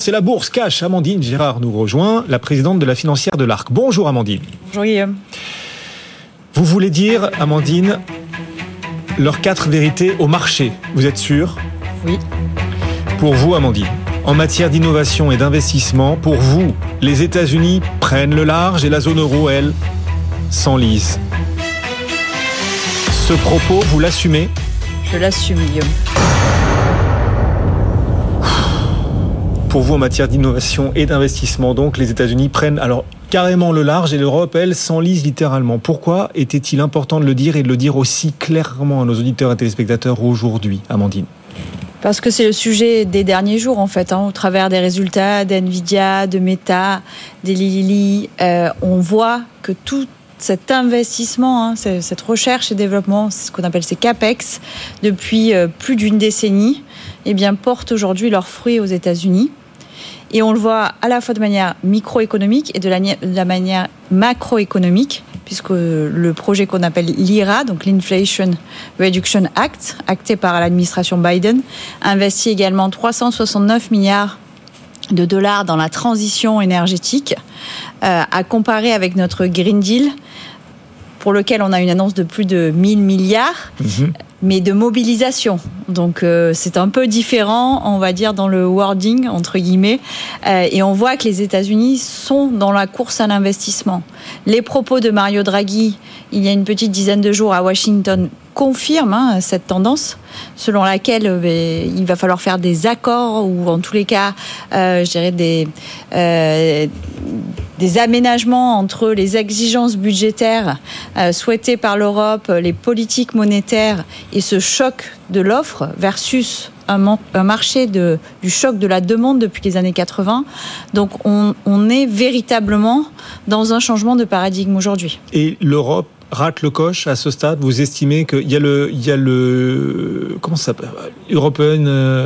c'est la bourse cash. Amandine Gérard nous rejoint, la présidente de la financière de l'Arc. Bonjour Amandine. Bonjour Guillaume. Vous voulez dire, Amandine, leurs 4 vérités au marché, vous êtes sûre ? Oui. Pour vous, Amandine, en matière d'innovation et d'investissement, pour vous, les États-Unis prennent le large et la zone euro, elle, s'enlise. Ce propos, vous l'assumez ? Je l'assume, Guillaume. Pour vous, en matière d'innovation et d'investissement, donc, les États-Unis prennent alors carrément le large et l'Europe, elle, s'enlise littéralement. Pourquoi était-il important de le dire et de le dire aussi clairement à nos auditeurs et téléspectateurs aujourd'hui, Amandine ? Parce que c'est le sujet des derniers jours, en fait, au travers des résultats d'NVIDIA, de Meta, d'Eli Lilly. On voit que tout cet investissement, cette recherche et développement, c'est ce qu'on appelle ces CAPEX, depuis plus d'une décennie, portent aujourd'hui leurs fruits aux États-Unis. Et on le voit à la fois de manière microéconomique et de la manière macroéconomique, puisque le projet qu'on appelle l'IRA, donc l'Inflation Reduction Act, acté par l'administration Biden, investit également 369 milliards de dollars dans la transition énergétique, à comparer avec notre Green Deal, pour lequel on a une annonce de plus de 1000 milliards, mais de mobilisation. Donc c'est un peu différent, on va dire, dans le wording, entre guillemets. Et on voit que les États-Unis sont dans la course à l'investissement. Les propos de Mario Draghi, il y a une petite dizaine de jours à Washington, confirment cette tendance, selon laquelle il va falloir faire des accords, ou en tous les cas, je dirais des aménagements entre les exigences budgétaires souhaitées par l'Europe, les politiques monétaires et ce choc de l'offre versus un marché du choc de la demande depuis les années 80. Donc on est véritablement dans un changement de paradigme aujourd'hui. Et l'Europe rate le coche à ce stade? Vous estimez qu'il y a le comment ça s'appelle, European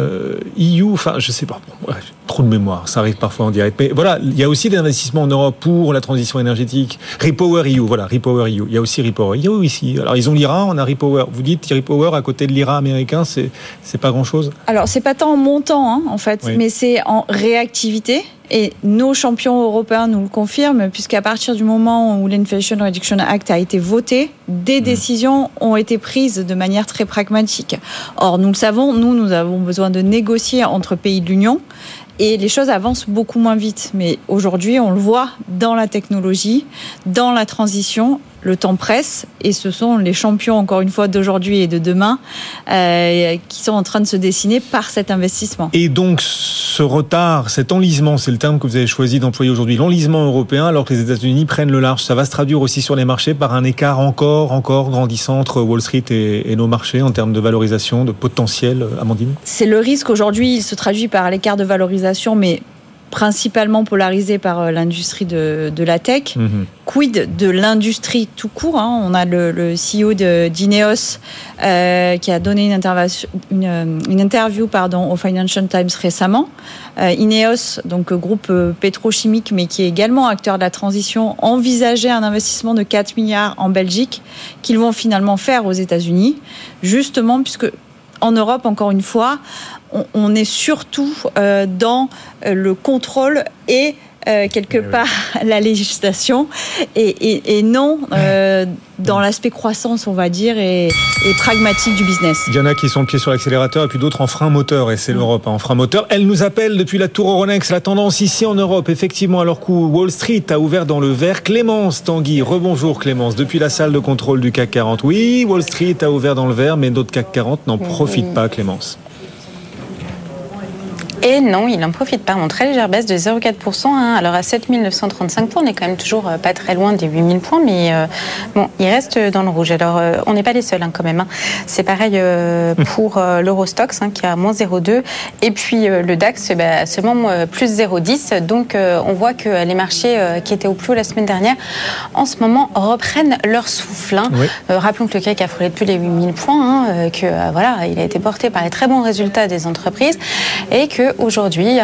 EU, enfin je sais pas, trop de mémoire, ça arrive parfois en direct, mais voilà, il y a aussi des investissements en Europe pour la transition énergétique. Repower EU, voilà, Repower EU, il y a aussi Repower EU ici. Alors ils ont l'IRA, on a Repower. Vous dites Repower à côté de l'IRA américain, c'est pas grand chose? Alors c'est pas tant en montant en fait, oui, mais c'est en réactivité. Et nos champions européens nous le confirment, puisqu'à partir du moment où l'Inflation Reduction Act a été voté, des décisions ont été prises de manière très pragmatique. Or, nous le savons, nous avons besoin de négocier entre pays de l'Union, et les choses avancent beaucoup moins vite. Mais aujourd'hui, on le voit dans la technologie, dans la transition, le temps presse, et ce sont les champions, encore une fois, d'aujourd'hui et de demain, qui sont en train de se dessiner par cet investissement. Et donc, ce retard, cet enlisement, c'est le terme que vous avez choisi d'employer aujourd'hui, l'enlisement européen, alors que les États-Unis prennent le large, ça va se traduire aussi sur les marchés par un écart encore grandissant entre Wall Street et nos marchés en termes de valorisation, de potentiel, Amandine? C'est le risque aujourd'hui, il se traduit par l'écart de valorisation, mais principalement polarisé par l'industrie de la tech. Quid de l'industrie tout court, On a le CEO d'Ineos qui a donné une interview au Financial Times récemment. Ineos, donc groupe pétrochimique, mais qui est également acteur de la transition, envisageait un investissement de 4 milliards en Belgique qu'ils vont finalement faire aux États-Unis, justement puisque en Europe, encore une fois, on est surtout dans le contrôle et quelque part la législation et non dans l'aspect croissance, on va dire, et pragmatique du business. Il y en a qui sont le pied sur l'accélérateur et puis d'autres en frein moteur, et c'est l'Europe en frein moteur. Elle nous appelle depuis la tour Euronext. La tendance ici en Europe, effectivement, alors que Wall Street a ouvert dans le vert. Clémence Tanguy, rebonjour Clémence, depuis la salle de contrôle du CAC 40. Oui, Wall Street a ouvert dans le vert, mais notre CAC 40 n'en profite pas, Clémence. Et non, il n'en profite pas. On très légère baisse de 0,4%. Alors à 7 935 points, on n'est quand même toujours pas très loin des 8 000 points, mais bon, il reste dans le rouge. Alors on n'est pas les seuls quand même. C'est pareil pour l'Eurostoxx qui a moins 0,2. Et puis le DAX, seulement plus 0,10. Donc on voit que les marchés qui étaient au plus haut la semaine dernière, en ce moment, reprennent leur souffle. Oui. Rappelons que le CAC a frôlé plus les 8 000 points, que voilà, il a été porté par les très bons résultats des entreprises et que qu'aujourd'hui,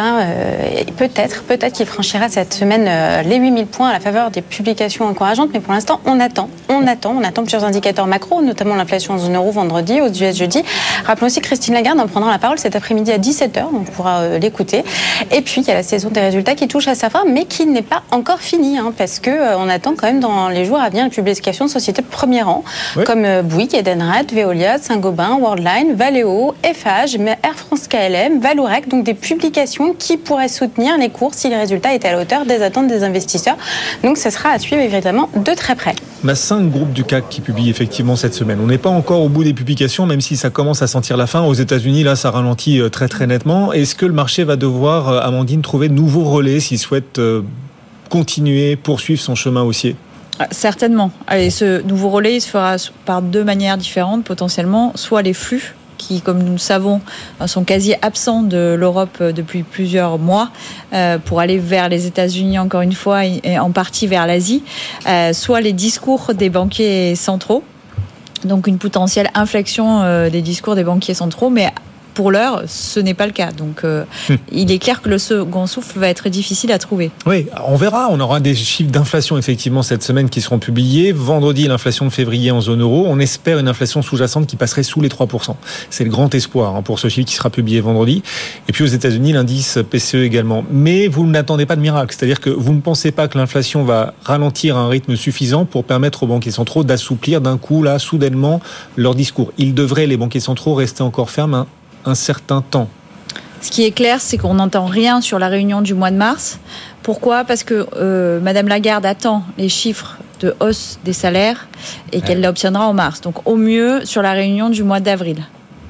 peut-être qu'il franchira cette semaine les 8000 points à la faveur des publications encourageantes, mais pour l'instant, on attend plusieurs indicateurs macro, notamment l'inflation en zone euro vendredi, aux US jeudi. Rappelons aussi que Christine Lagarde en prendra la parole cet après-midi à 17h, donc on pourra l'écouter. Et puis, il y a la saison des résultats qui touche à sa fin, mais qui n'est pas encore finie, parce qu'on attend quand même dans les jours à venir les publications de sociétés de premier rang, comme Bouygues, Edenred, Veolia, Saint-Gobain, Worldline, Valeo, Eiffage, Air France KLM, Vallourec, donc des publications qui pourraient soutenir les cours si les résultats étaient à la hauteur des attentes des investisseurs. Donc, ce sera à suivre évidemment de très près. On a 5 groupes du CAC qui publient effectivement cette semaine. On n'est pas encore au bout des publications, même si ça commence à sentir la fin. Aux États-Unis, là, ça ralentit très très nettement. Est-ce que le marché va devoir, Amandine, trouver de nouveaux relais s'il souhaite continuer, poursuivre son chemin haussier ? Certainement. Et ce nouveau relais, il se fera par 2 manières différentes potentiellement. Soit les flux, qui, comme nous le savons, sont quasi absents de l'Europe depuis plusieurs mois, pour aller vers les États-Unis encore une fois et en partie vers l'Asie, soit les discours des banquiers centraux, donc une potentielle inflexion des discours des banquiers centraux, mais pour l'heure, ce n'est pas le cas. Donc, il est clair que le second souffle va être difficile à trouver. Oui, on verra. On aura des chiffres d'inflation, effectivement, cette semaine qui seront publiés. Vendredi, l'inflation de février en zone euro. On espère une inflation sous-jacente qui passerait sous les 3%. C'est le grand espoir pour ce chiffre qui sera publié vendredi. Et puis, aux États-Unis, l'indice PCE également. Mais vous n'attendez pas de miracle. C'est-à-dire que vous ne pensez pas que l'inflation va ralentir à un rythme suffisant pour permettre aux banquiers centraux d'assouplir d'un coup, là, soudainement, leur discours. Ils devraient, les banquiers centraux, rester encore fermes un certain temps. Ce qui est clair, c'est qu'on n'entend rien sur la réunion du mois de mars. Pourquoi ? Parce que Madame Lagarde attend les chiffres de hausse des salaires et qu'elle l'obtiendra en mars. Donc au mieux sur la réunion du mois d'avril.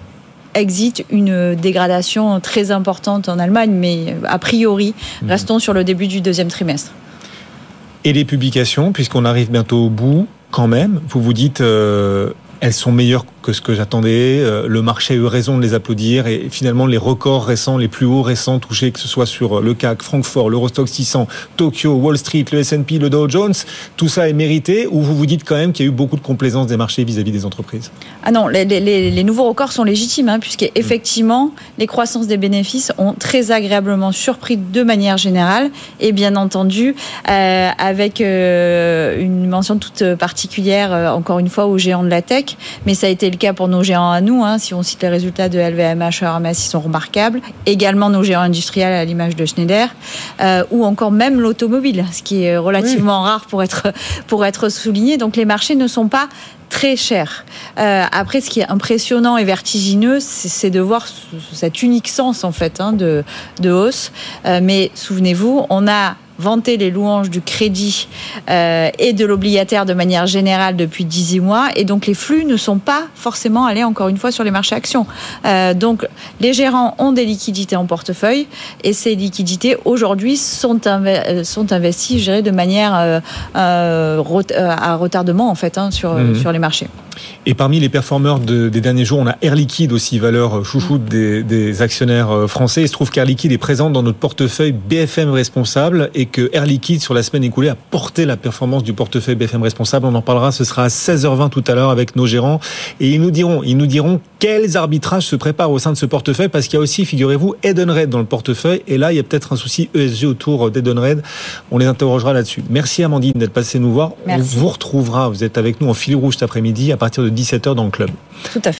Exit une dégradation très importante en Allemagne, mais a priori, restons sur le début du 2e trimestre. Et les publications, puisqu'on arrive bientôt au bout, quand même, vous vous dites... elles sont meilleures que ce que j'attendais. Le marché a eu raison de les applaudir. Et finalement, les records récents, les plus hauts récents touchés, que ce soit sur le CAC, Francfort, l'Eurostoxx 600, Tokyo, Wall Street, le S&P, le Dow Jones, tout ça est mérité, ou vous vous dites quand même qu'il y a eu beaucoup de complaisance des marchés vis-à-vis des entreprises ? Ah non, les nouveaux records sont légitimes, puisqu'effectivement, les croissances des bénéfices ont très agréablement surpris de manière générale, et bien entendu, avec une mention toute particulière, encore une fois, aux géants de la tech, mais ça a été le cas pour nos géants à nous, si on cite les résultats de LVMH, Hermès, ils sont remarquables, également nos géants industriels à l'image de Schneider, ou encore même l'automobile, ce qui est relativement rare pour être souligné. Donc les marchés ne sont pas très cher. Après, ce qui est impressionnant et vertigineux, c'est de voir cet unique sens en fait de hausse. Mais souvenez-vous, on a vanté les louanges du crédit et de l'obligataire de manière générale depuis 18 mois, et donc les flux ne sont pas forcément allés encore une fois sur les marchés actions. Donc les gérants ont des liquidités en portefeuille, et ces liquidités aujourd'hui sont investies, je dirais, de manière à retardement en fait sur les marchés. Et parmi les performeurs des derniers jours, on a Air Liquide aussi, valeur chouchoute des actionnaires français. Il se trouve qu'Air Liquide est présente dans notre portefeuille BFM Responsable, et que Air Liquide, sur la semaine écoulée, a porté la performance du portefeuille BFM Responsable. On en parlera, ce sera à 16h20 tout à l'heure avec nos gérants. Et ils nous diront quels arbitrages se préparent au sein de ce portefeuille, parce qu'il y a aussi, figurez-vous, Edenred dans le portefeuille. Et là, il y a peut-être un souci ESG autour d'Edenred. On les interrogera là-dessus. Merci Amandine d'être passée nous voir. Merci. On vous retrouvera, vous êtes avec nous en fil rouge cet après-midi à partir de 17h dans le club. Tout à fait.